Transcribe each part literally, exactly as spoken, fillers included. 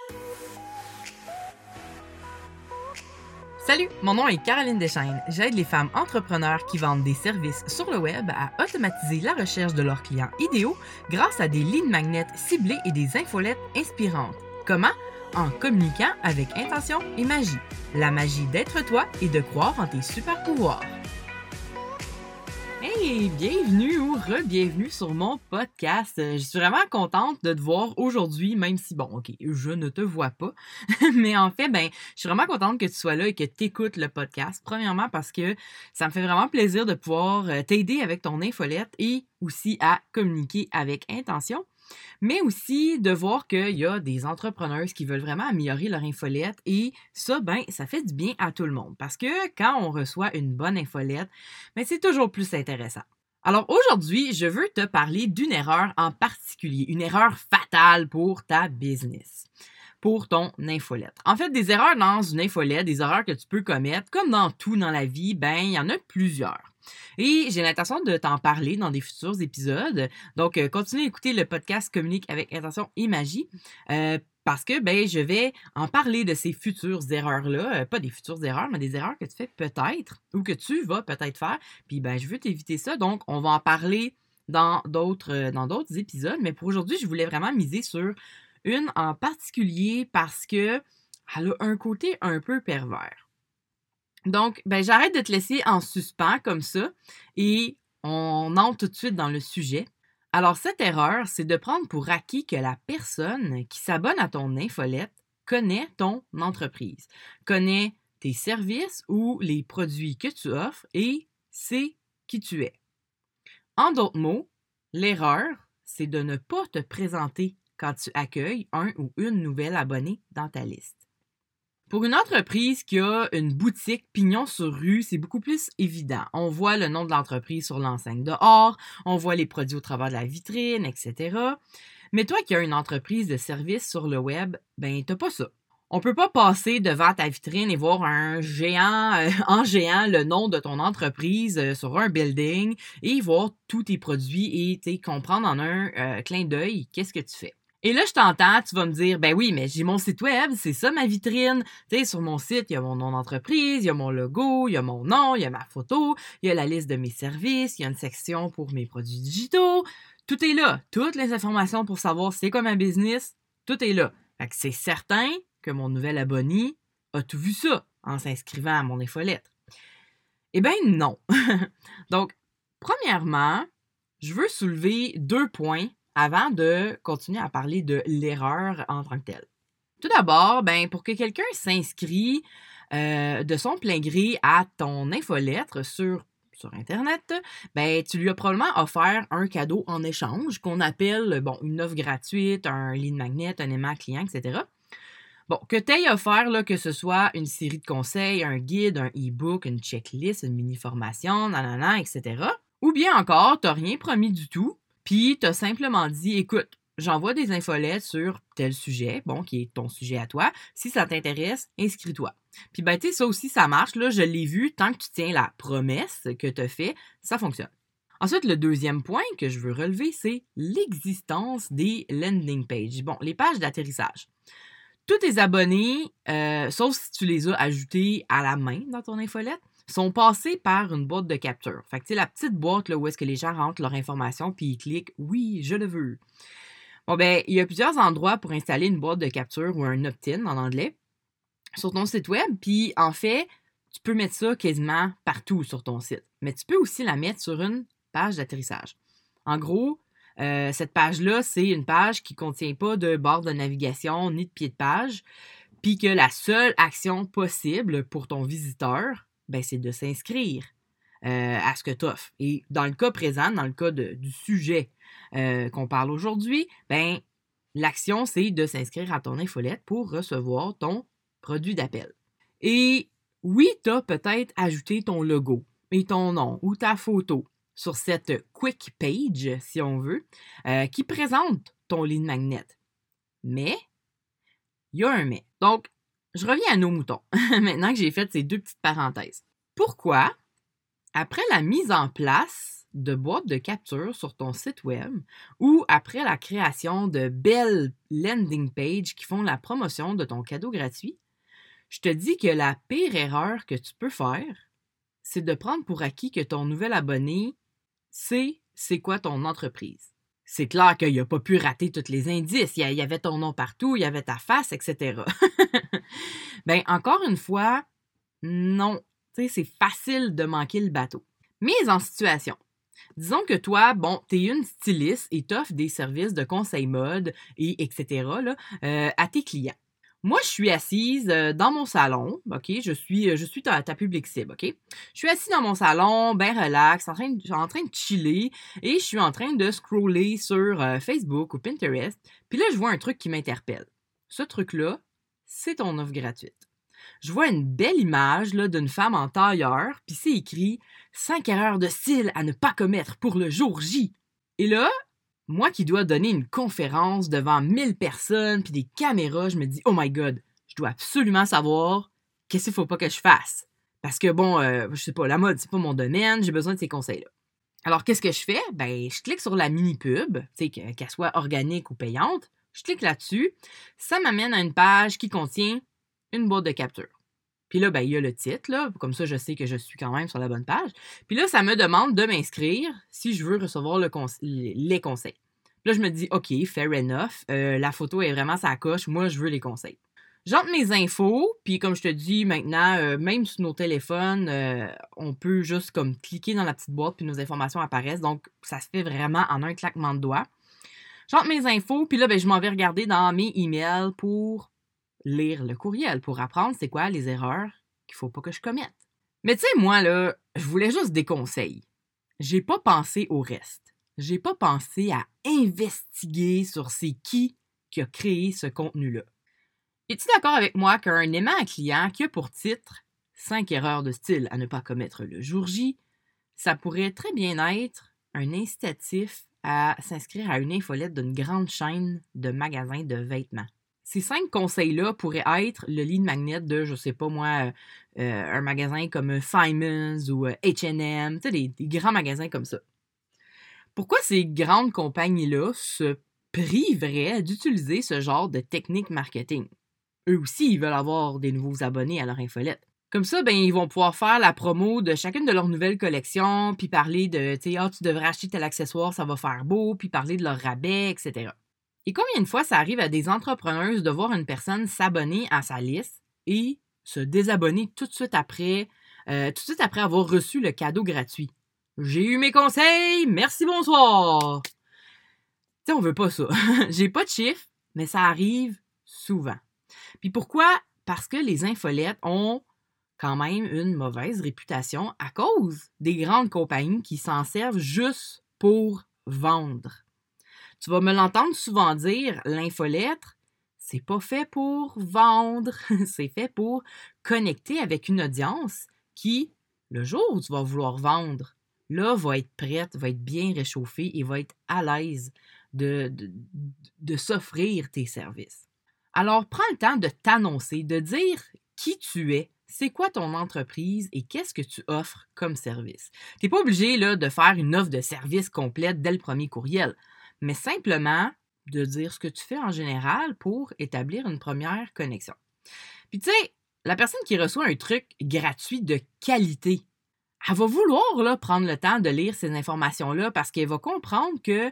Salut, mon nom est Caroline Deschaines. J'aide les femmes entrepreneurs qui vendent des services sur le web à automatiser la recherche de leurs clients idéaux grâce à des lead magnets ciblés et des infolettes inspirantes. Comment? En communiquant avec intention et magie. La magie d'être toi et de croire en tes super pouvoirs. Hey, bienvenue ou re-bienvenue sur mon podcast. Je suis vraiment contente de te voir aujourd'hui, même si, bon, ok, je ne te vois pas. Mais en fait, ben, je suis vraiment contente que tu sois là et que tu écoutes le podcast. Premièrement, parce que ça me fait vraiment plaisir de pouvoir t'aider avec ton infolette et aussi à communiquer avec intention. Mais aussi de voir qu'il y a des entrepreneurs qui veulent vraiment améliorer leur infolette et ça, ben, ça fait du bien à tout le monde parce que quand on reçoit une bonne infolette, ben, c'est toujours plus intéressant. Alors aujourd'hui, je veux te parler d'une erreur en particulier, une erreur fatale pour ta business, pour ton infolette. En fait, des erreurs dans une infolette, des erreurs que tu peux commettre, comme dans tout dans la vie, ben, il y en a plusieurs. Et j'ai l'intention de t'en parler dans des futurs épisodes. Donc, euh, continue à écouter le podcast Communique avec intention et magie euh, parce que ben je vais en parler de ces futures erreurs-là. Euh, pas des futures erreurs, mais des erreurs que tu fais peut-être ou que tu vas peut-être faire. Puis, ben je veux t'éviter ça. Donc, on va en parler dans d'autres, euh, dans d'autres épisodes. Mais pour aujourd'hui, je voulais vraiment miser sur une en particulier parce que elle a un côté un peu pervers. Donc, ben, j'arrête de te laisser en suspens comme ça et on entre tout de suite dans le sujet. Alors, cette erreur, c'est de prendre pour acquis que la personne qui s'abonne à ton infolette connaît ton entreprise, connaît tes services ou les produits que tu offres et sait qui tu es. En d'autres mots, l'erreur, c'est de ne pas te présenter quand tu accueilles un ou une nouvelle abonnée dans ta liste. Pour une entreprise qui a une boutique pignon sur rue, c'est beaucoup plus évident. On voit le nom de l'entreprise sur l'enseigne dehors, on voit les produits au travers de la vitrine, et cetera. Mais toi qui as une entreprise de service sur le web, ben t'as pas ça. On peut pas passer devant ta vitrine et voir un géant, euh, en géant le nom de ton entreprise euh, sur un building et voir tous tes produits et comprendre en un euh, clin d'œil qu'est-ce que tu fais. Et là, je t'entends, tu vas me dire, ben oui, mais j'ai mon site web, c'est ça ma vitrine. Tu sais, sur mon site, il y a mon nom d'entreprise, il y a mon logo, il y a mon nom, il y a ma photo, il y a la liste de mes services, il y a une section pour mes produits digitaux. Tout est là. Toutes les informations pour savoir c'est quoi ma business, tout est là. Fait que c'est certain que mon nouvel abonné a tout vu ça en s'inscrivant à mon infolette. Eh bien, non. Donc, premièrement, je veux soulever deux points avant de continuer à parler de l'erreur en tant que telle. Tout d'abord, ben, pour que quelqu'un s'inscrit euh, de son plein gré à ton infolettre sur, sur Internet, ben, tu lui as probablement offert un cadeau en échange qu'on appelle bon, une offre gratuite, un lead magnet, un aimant client, et cetera. Bon, que tu aies offert, là, que ce soit une série de conseils, un guide, un e-book, une checklist, une mini-formation, nanana, et cetera. Ou bien encore, tu n'as rien promis du tout, puis tu as simplement dit, écoute, j'envoie des infolettes sur tel sujet, bon, qui est ton sujet à toi. Si ça t'intéresse, inscris-toi. Puis ben, tu sais, ça aussi, ça marche, là, je l'ai vu, tant que tu tiens la promesse que tu as fait, ça fonctionne. Ensuite, le deuxième point que je veux relever, c'est l'existence des landing pages. Bon, les pages d'atterrissage. Tous tes abonnés, euh, sauf si tu les as ajoutés à la main dans ton infolette, sont passés par une boîte de capture. Fait que tu sais, la petite boîte là, où est-ce que les gens rentrent leur information puis ils cliquent « Oui, je le veux ». Bon ben, il y a plusieurs endroits pour installer une boîte de capture ou un opt-in en anglais sur ton site web. Puis en fait, tu peux mettre ça quasiment partout sur ton site. Mais tu peux aussi la mettre sur une page d'atterrissage. En gros, euh, cette page-là, c'est une page qui ne contient pas de barre de navigation ni de pied de page. Puis que la seule action possible pour ton visiteur, ben, c'est de s'inscrire euh, à ce que tu offres. Et dans le cas présent, dans le cas de, du sujet euh, qu'on parle aujourd'hui, ben, l'action, c'est de s'inscrire à ton infolette pour recevoir ton produit d'appel. Et oui, tu as peut-être ajouté ton logo et ton nom ou ta photo sur cette quick page, si on veut, euh, qui présente ton lead magnet. Mais, il y a un mais. Donc, je reviens à nos moutons, maintenant que j'ai fait ces deux petites parenthèses. Pourquoi, après la mise en place de boîtes de capture sur ton site web ou après la création de belles landing pages qui font la promotion de ton cadeau gratuit, je te dis que la pire erreur que tu peux faire, c'est de prendre pour acquis que ton nouvel abonné sait c'est quoi ton entreprise. C'est clair qu'il n'a pas pu rater tous les indices. Il y avait ton nom partout, il y avait ta face, et cetera. Ben, encore une fois, non. Tu sais, c'est facile de manquer le bateau. Mise en situation. Disons que toi, bon, t'es une styliste et t'offres des services de conseil mode et etc. là, euh, à tes clients. Moi, je suis assise euh, dans mon salon, OK? Je suis, euh, je suis ta, ta public cible, OK? Je suis assise dans mon salon, bien relax, en train, de, en train de chiller et je suis en train de scroller sur euh, Facebook ou Pinterest. Puis là, je vois un truc qui m'interpelle. Ce truc-là, c'est ton offre gratuite. Je vois une belle image là, d'une femme en tailleur, puis c'est écrit « cinq erreurs de style à ne pas commettre pour le jour J ». Et là, moi qui dois donner une conférence devant mille personnes puis des caméras, je me dis « Oh my God, je dois absolument savoir qu'est-ce qu'il faut pas que je fasse. » Parce que bon, euh, je sais pas, la mode, c'est pas mon domaine, j'ai besoin de ces conseils-là. Alors, qu'est-ce que je fais? Ben, je clique sur la mini-pub, tu sais, qu'elle soit organique ou payante. Je clique là-dessus. Ça m'amène à une page qui contient une boîte de capture. Puis là, ben, il y a le titre, là. Comme ça, je sais que je suis quand même sur la bonne page. Puis là, ça me demande de m'inscrire si je veux recevoir le conse- les conseils. Puis là, je me dis, OK, fair enough. Euh, la photo est vraiment sa coche. Moi, je veux les conseils. J'entre mes infos, puis comme je te dis maintenant, euh, même sur nos téléphones, euh, on peut juste comme cliquer dans la petite boîte, puis nos informations apparaissent. Donc, ça se fait vraiment en un claquement de doigts. J'entre mes infos, puis là, ben, je m'en vais regarder dans mes emails pour lire le courriel, pour apprendre c'est quoi les erreurs qu'il faut pas que je commette. Mais tu sais, moi, là, je voulais juste des conseils. J'ai pas pensé au reste. J'ai pas pensé à investiguer sur c'est qui qui a créé ce contenu-là. Es-tu d'accord avec moi qu'un aimant à client qui a pour titre cinq erreurs de style à ne pas commettre le jour J, ça pourrait très bien être un incitatif à s'inscrire à une infolette d'une grande chaîne de magasins de vêtements. Ces cinq conseils-là pourraient être le lead magnet de, je sais pas moi, euh, un magasin comme Simons ou H and M, tu sais, des, des grands magasins comme ça. Pourquoi ces grandes compagnies-là se priveraient d'utiliser ce genre de technique marketing? Eux aussi, ils veulent avoir des nouveaux abonnés à leur infolette. Comme ça, ben, ils vont pouvoir faire la promo de chacune de leurs nouvelles collections, puis parler de, tu sais, ah, tu devrais acheter tel accessoire, ça va faire beau, puis parler de leur rabais, et cetera. Et combien de fois ça arrive à des entrepreneuses de voir une personne s'abonner à sa liste et se désabonner tout de suite après, euh, tout de suite après avoir reçu le cadeau gratuit? J'ai eu mes conseils, merci, bonsoir! Tu sais, on veut pas ça. J'ai pas de chiffres, mais ça arrive souvent. Puis pourquoi? Parce que les infolettes ont quand même une mauvaise réputation à cause des grandes compagnies qui s'en servent juste pour vendre. Tu vas me l'entendre souvent dire, l'infolettre, c'est pas fait pour vendre, c'est fait pour connecter avec une audience qui, le jour où tu vas vouloir vendre, là, va être prête, va être bien réchauffée et va être à l'aise de, de, de s'offrir tes services. Alors, prends le temps de t'annoncer, de dire qui tu es, c'est quoi ton entreprise et qu'est-ce que tu offres comme service. Tu n'es pas obligé là, de faire une offre de service complète dès le premier courriel, mais simplement de dire ce que tu fais en général pour établir une première connexion. Puis tu sais, la personne qui reçoit un truc gratuit de qualité, elle va vouloir là, prendre le temps de lire ces informations-là parce qu'elle va comprendre que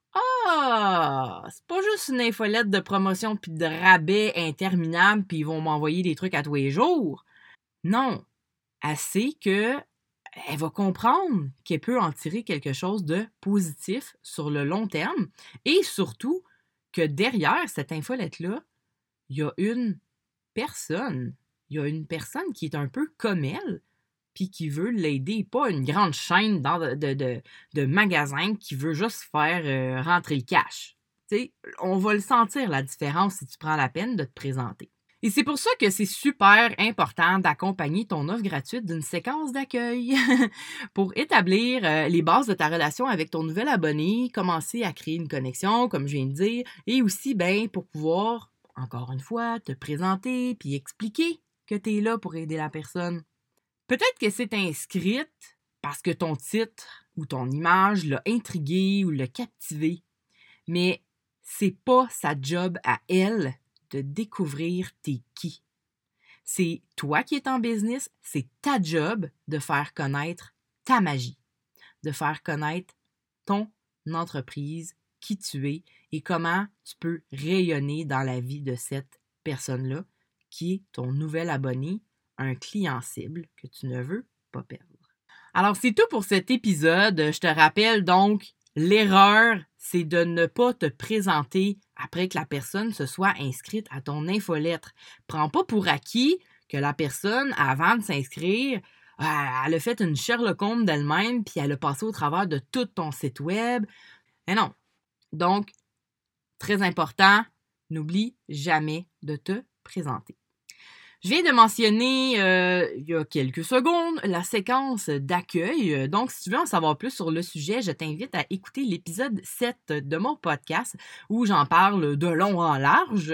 ah, c'est pas juste une infolette de promotion puis de rabais interminables puis ils vont m'envoyer des trucs à tous les jours. Non, elle sait que elle va comprendre qu'elle peut en tirer quelque chose de positif sur le long terme et surtout que derrière cette infolette-là, il y a une personne, il y a une personne qui est un peu comme elle puis qui veut l'aider, pas une grande chaîne dans de, de, de, de magasins qui veut juste faire euh, rentrer le cash. T'sais, on va le sentir la différence si tu prends la peine de te présenter. Et c'est pour ça que c'est super important d'accompagner ton offre gratuite d'une séquence d'accueil pour établir euh, les bases de ta relation avec ton nouvel abonné, commencer à créer une connexion, comme je viens de dire, et aussi ben, pour pouvoir, encore une fois, te présenter puis expliquer que tu es là pour aider la personne. Peut-être que c'est inscrite parce que ton titre ou ton image l'a intrigué ou l'a captivé. Mais c'est pas sa job à elle de découvrir t'es qui. C'est toi qui es en business, c'est ta job de faire connaître ta magie, de faire connaître ton entreprise, qui tu es et comment tu peux rayonner dans la vie de cette personne-là qui est ton nouvel abonné, un client cible que tu ne veux pas perdre. Alors, c'est tout pour cet épisode. Je te rappelle donc, l'erreur, c'est de ne pas te présenter après que la personne se soit inscrite à ton infolettre. Prends pas pour acquis que la personne, avant de s'inscrire, elle a fait une Sherlock Holmes d'elle-même puis elle a passé au travers de tout ton site web. Mais non. Donc, très important, n'oublie jamais de te présenter. Je viens de mentionner euh, il y a quelques secondes la séquence d'accueil. Donc, si tu veux en savoir plus sur le sujet, je t'invite à écouter l'épisode sept de mon podcast où j'en parle de long en large.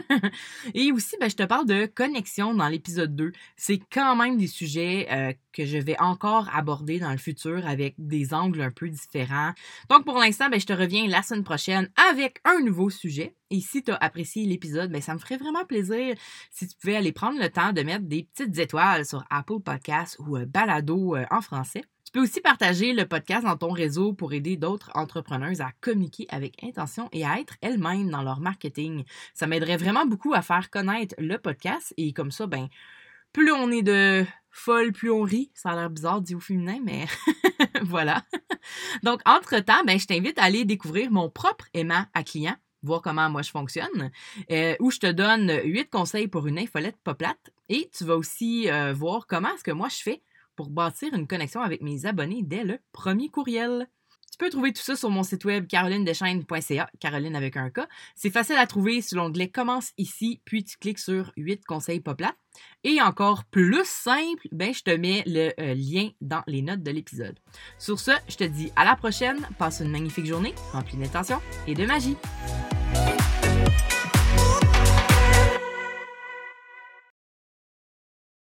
Et aussi, ben, je te parle de connexion dans l'épisode deux. C'est quand même des sujets euh, que je vais encore aborder dans le futur avec des angles un peu différents. Donc, pour l'instant, ben, je te reviens la semaine prochaine avec un nouveau sujet. Et si tu as apprécié l'épisode, ben, ça me ferait vraiment plaisir si tu pouvais aller prendre le temps de mettre des petites étoiles sur Apple Podcasts ou euh, Balado euh, en français. Tu peux aussi partager le podcast dans ton réseau pour aider d'autres entrepreneuses à communiquer avec intention et à être elles-mêmes dans leur marketing. Ça m'aiderait vraiment beaucoup à faire connaître le podcast et comme ça, ben, plus on est de folle, plus on rit. Ça a l'air bizarre dit au féminin, mais voilà. Donc, entre-temps, ben, je t'invite à aller découvrir mon propre aimant à client, voir comment moi je fonctionne, euh, où je te donne huit conseils pour une infolette pas plate et tu vas aussi euh, voir comment est-ce que moi je fais pour bâtir une connexion avec mes abonnés dès le premier courriel. Tu peux trouver tout ça sur mon site web caroline deschaines point c a, Caroline avec un K. C'est facile à trouver sur l'onglet « Commence ici », puis tu cliques sur « huit conseils pas plates ». Et encore plus simple, ben, je te mets le euh, lien dans les notes de l'épisode. Sur ce, je te dis à la prochaine, passe une magnifique journée, remplie d'intention et de magie.